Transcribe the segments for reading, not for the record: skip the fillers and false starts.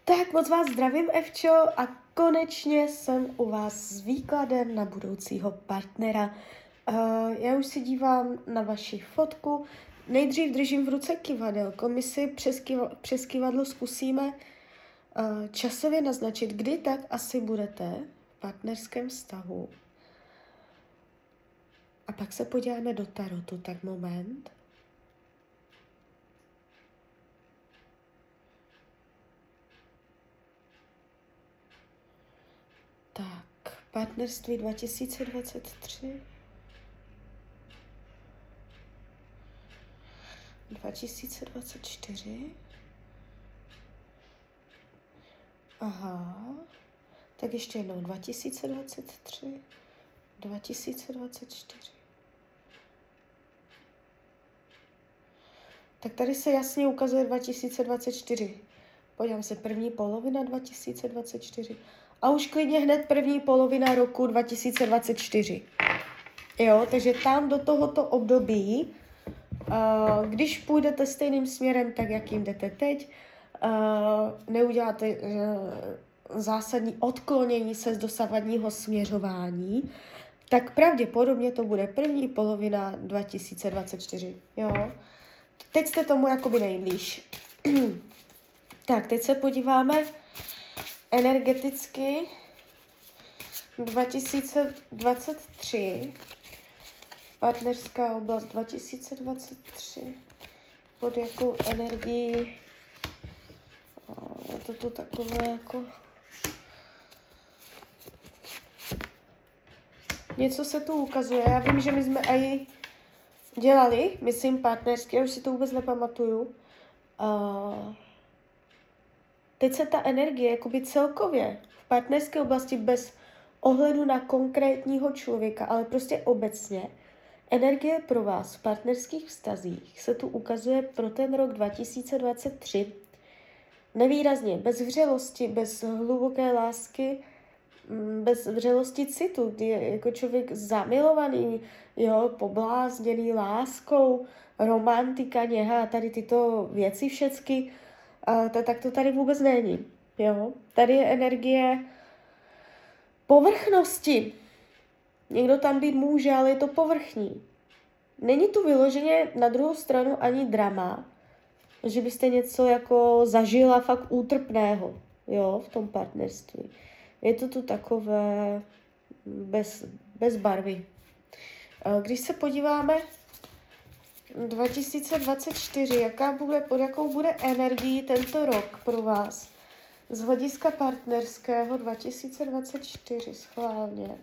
Tak moc vás zdravím, Evčo, a konečně jsem u vás s výkladem na budoucího partnera. Já už se dívám na vaši fotku. Nejdřív držím v ruce kyvadelko. My si přes kyvadlo zkusíme časově naznačit, kdy tak asi budete v partnerském vztahu. A pak se podíváme do tarotu, tak moment. Tak, partnerství 2023. 2024. Aha. Tak ještě jednou 2023. 2024. Tak tady se jasně ukazuje 2024. Podívám se, první polovina 2024. A už klidně hned první polovina roku 2024. Jo, takže tam do tohoto období, když půjdete stejným směrem, tak jakým jdete teď, neuděláte zásadní odklonění se z dosavadního směřování, tak pravděpodobně to bude první polovina 2024. Jo. Teď jste tomu jakoby nejblíž. Tak, teď se podíváme energeticky 2023. Partnerská oblast 2023. Pod jakou energii? Je to tu takové jako... Něco se tu ukazuje. Já vím, že my jsme i dělali, myslím, partnerský, já už si to vůbec nepamatuju. Teď se ta energie, jakoby celkově v partnerské oblasti bez ohledu na konkrétního člověka, ale prostě obecně, energie pro vás v partnerských vztazích se tu ukazuje pro ten rok 2023 nevýrazně, bez vřelosti, bez hluboké lásky, bez vřelosti citu, kdy je jako člověk zamilovaný, jo, poblázněný láskou, romantika, něha, tady tyto věci všecky, tak to tady vůbec není, jo. Tady je energie povrchnosti. Někdo tam být může, ale je to povrchní. Není tu vyloženě na druhou stranu ani drama, že byste něco jako zažila fakt útrpného, jo, v tom partnerství. Je to tu takové bez barvy. Když se podíváme 2024, pod jakou bude energií tento rok pro vás z hlediska partnerského 2024 schválně.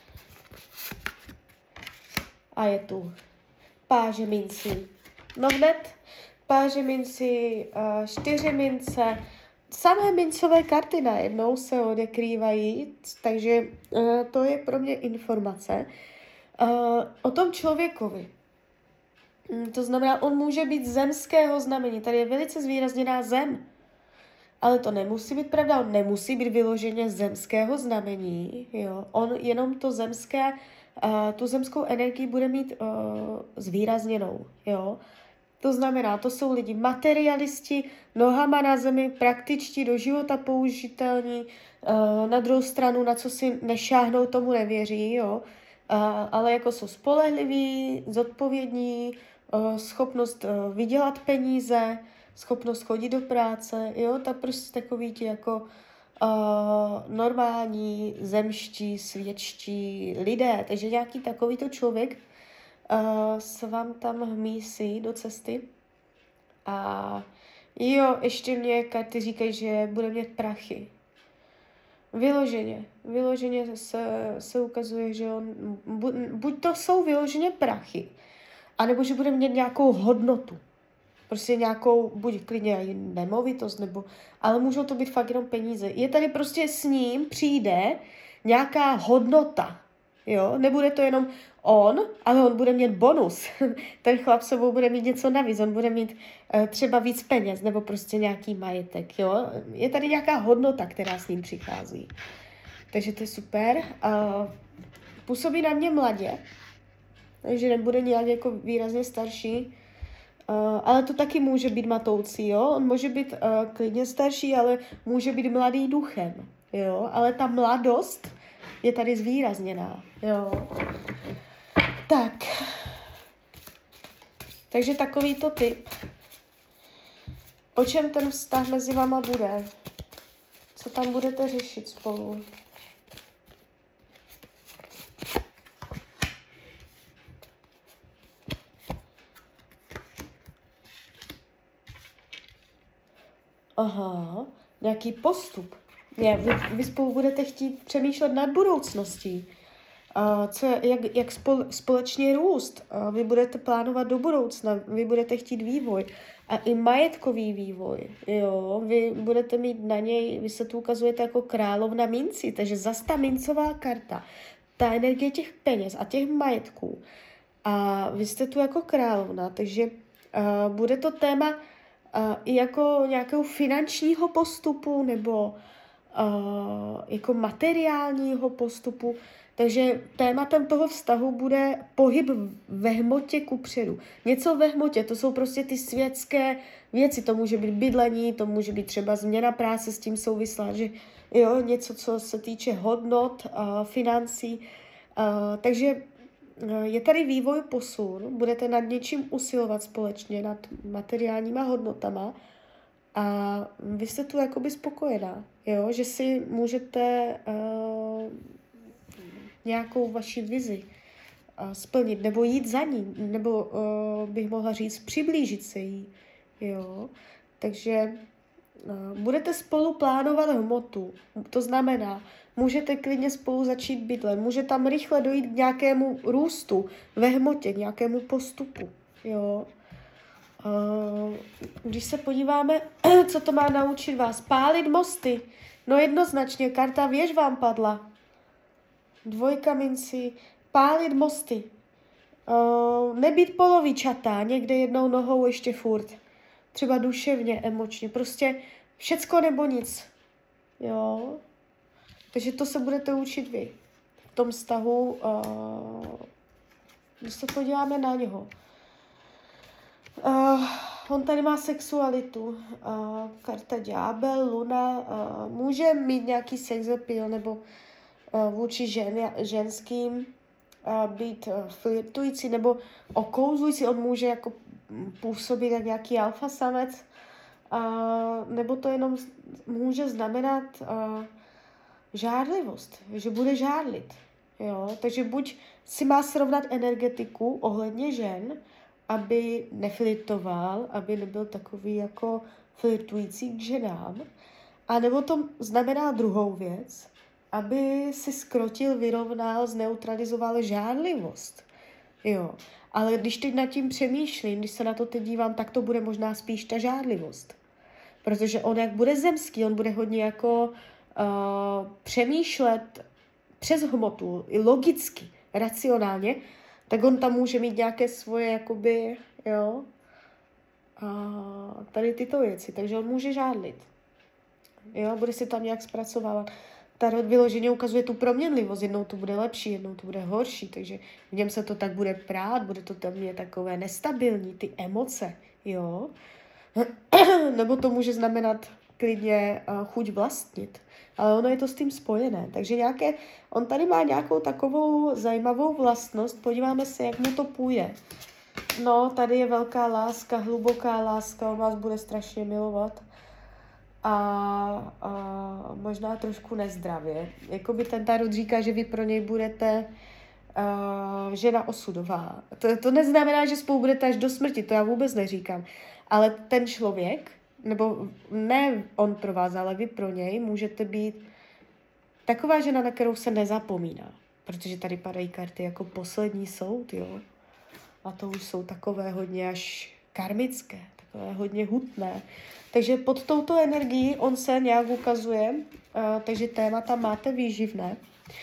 A je tu páže mincí. No hned páže mincí, 4 mince, samé mincové karty najednou se odekrývají, takže to je pro mě informace o tom člověkovi. To znamená, on může být zemského znamení. Tady je velice zvýrazněná zem. Ale to nemusí být pravda, on nemusí být vyloženě zemského znamení. Jo? On jenom to zemské, tu zemskou energii bude mít zvýrazněnou. Jo? To znamená, to jsou lidi materialisti, nohama na zemi, praktičtí, do života použitelní, na druhou stranu, na co si nešáhnou, tomu nevěří, jo? Ale jako jsou spolehliví, zodpovědní, schopnost vydělat peníze, schopnost chodit do práce, jo, ta prostě takový ti jako normální, zemští, světští lidé, takže nějaký takovýto člověk se vám tam hmísí do cesty. A jo, ještě mě karty říkají, že bude mít prachy. Vyloženě se ukazuje, že on, buď to jsou vyloženě prachy, anebo že bude mít nějakou hodnotu. Prostě nějakou, buď klidně i nemovitost, ale můžou to být fakt jenom peníze. Je tady prostě s ním přijde nějaká hodnota, jo? Nebude to jenom on, ale on bude mít bonus. Ten chlap sebou bude mít něco navíc, on bude mít třeba víc peněz, nebo prostě nějaký majetek, jo? Je tady nějaká hodnota, která s ním přichází. Takže to je super. Působí na mě mladě, takže nebude nějak jako výrazně starší. Ale to taky může být matoucí, jo? On může být klidně starší, ale může být mladý duchem, jo? Ale ta mladost je tady zvýrazněná, jo? Tak. Takže takovýto typ. O čem ten vztah mezi váma bude? Co tam budete řešit spolu? Aha, nějaký postup. Vy spolu budete chtít přemýšlet nad budoucností. Jak společně růst. Vy budete plánovat do budoucna, vy budete chtít vývoj. A i majetkový vývoj. Jo? Vy budete mít na něj, vy se tu ukazujete jako královna minci, takže zas ta mincová karta, ta energie těch peněz a těch majetků. A vy jste tu jako královna, takže bude to téma i jako nějakého finančního postupu nebo jako materiálního postupu. Takže tématem toho vztahu bude pohyb ve hmotě kupředu. Něco ve hmotě, to jsou prostě ty světské věci. To může být bydlení, to může být třeba změna práce s tím souvislá, že jo, něco, co se týče hodnot, financí. Takže je tady vývoj, posun, budete nad něčím usilovat společně, nad materiálníma hodnotama a vy jste tu jakoby spokojená, jo? Že si můžete nějakou vaši vizi splnit, nebo jít za ní, nebo bych mohla říct, přiblížit se jí, jo? Takže budete spolu plánovat hmotu, to znamená, můžete klidně spolu začít bydlet, může tam rychle dojít k nějakému růstu ve hmotě, k nějakému postupu, jo? Když se podíváme, co to má naučit vás, pálit mosty, no jednoznačně, karta věž vám padla, 2 mincí, pálit mosty, nebýt polovičatá, někde jednou nohou ještě furt, třeba duševně, emočně, prostě všecko nebo nic, jo. Takže to se budete učit vy. V tom vztahu, když se podíváme na něho. On tady má sexualitu, karta ďábel, luna, může mít nějaký sex appeal nebo vůči ženským být flirtující nebo okouzlující, on může jako působit jak nějaký alfa samec, nebo to jenom může znamenat žárlivost, že bude žárlit. Jo? Takže buď si má srovnat energetiku ohledně žen, aby neflirtoval, aby nebyl takový jako flirtující k ženám, a nebo to znamená druhou věc, aby si skrotil, vyrovnal, zneutralizoval žárlivost. Jo. Ale když teď nad tím přemýšlím, když se na to teď dívám, tak to bude možná spíš ta žárlivost. Protože on jak bude zemský, on bude hodně jako přemýšlet přes hmotu, i logicky, racionálně, tak on tam může mít nějaké svoje, jakoby, jo, tady tyto věci, takže on může žádlit. Jo, bude si tam nějak zpracovávat. Tarot vyloženě ukazuje tu proměnlivost, jednou to bude lepší, jednou to bude horší, takže v něm se to tak bude prát, bude to tam mě takové nestabilní, ty emoce, jo. Nebo to může znamenat klidně chuť vlastnit, ale ono je to s tím spojené, takže on tady má nějakou takovou zajímavou vlastnost, podíváme se, jak mu to půjde. No, tady je velká láska, hluboká láska, on vás bude strašně milovat. A možná trošku nezdravě. Jakoby ten tarot říká, že vy pro něj budete žena osudová. To neznamená, že spolu budete až do smrti, to já vůbec neříkám. Ale ten člověk, nebo ne on pro vás, ale vy pro něj, můžete být taková žena, na kterou se nezapomíná. Protože tady padají karty jako poslední soud, jo. A to už jsou takové hodně až karmické, takové hodně hutné. Takže pod touto energií on se nějak ukazuje, takže témata máte výživné.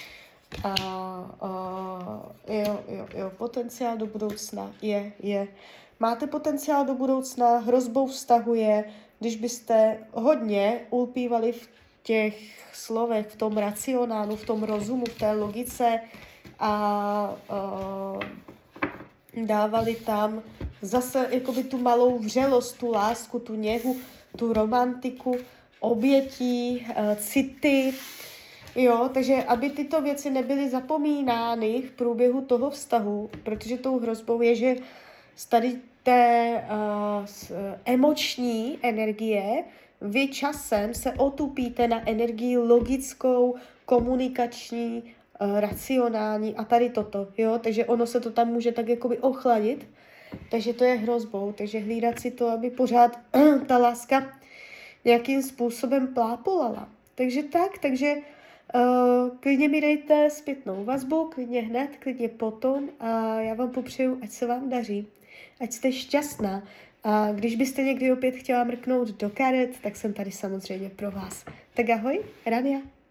Jo, potenciál do budoucna je. Máte potenciál do budoucna, hrozbou vztahu je, když byste hodně ulpívali v těch slovech, v tom racionálu, v tom rozumu, v té logice a dávali tam zase jakoby tu malou vřelost, tu lásku, tu něhu, tu romantiku, obětí, city, jo, takže aby tyto věci nebyly zapomínány v průběhu toho vztahu, protože tou hrozbou je, že z tady té emoční energie vy časem se otupíte na energii logickou, komunikační, racionální a tady toto, jo, takže ono se to tam může tak jakoby ochladit, takže to je hrozbou, takže hlídat si to, aby pořád ta láska nějakým způsobem plápolala. Takže klidně mi dejte zpětnou vazbu, klidně hned, klidně potom a já vám popřeju, ať se vám daří, ať jste šťastná. A když byste někdy opět chtěla mrknout do karet, tak jsem tady samozřejmě pro vás. Tak ahoj, Rania.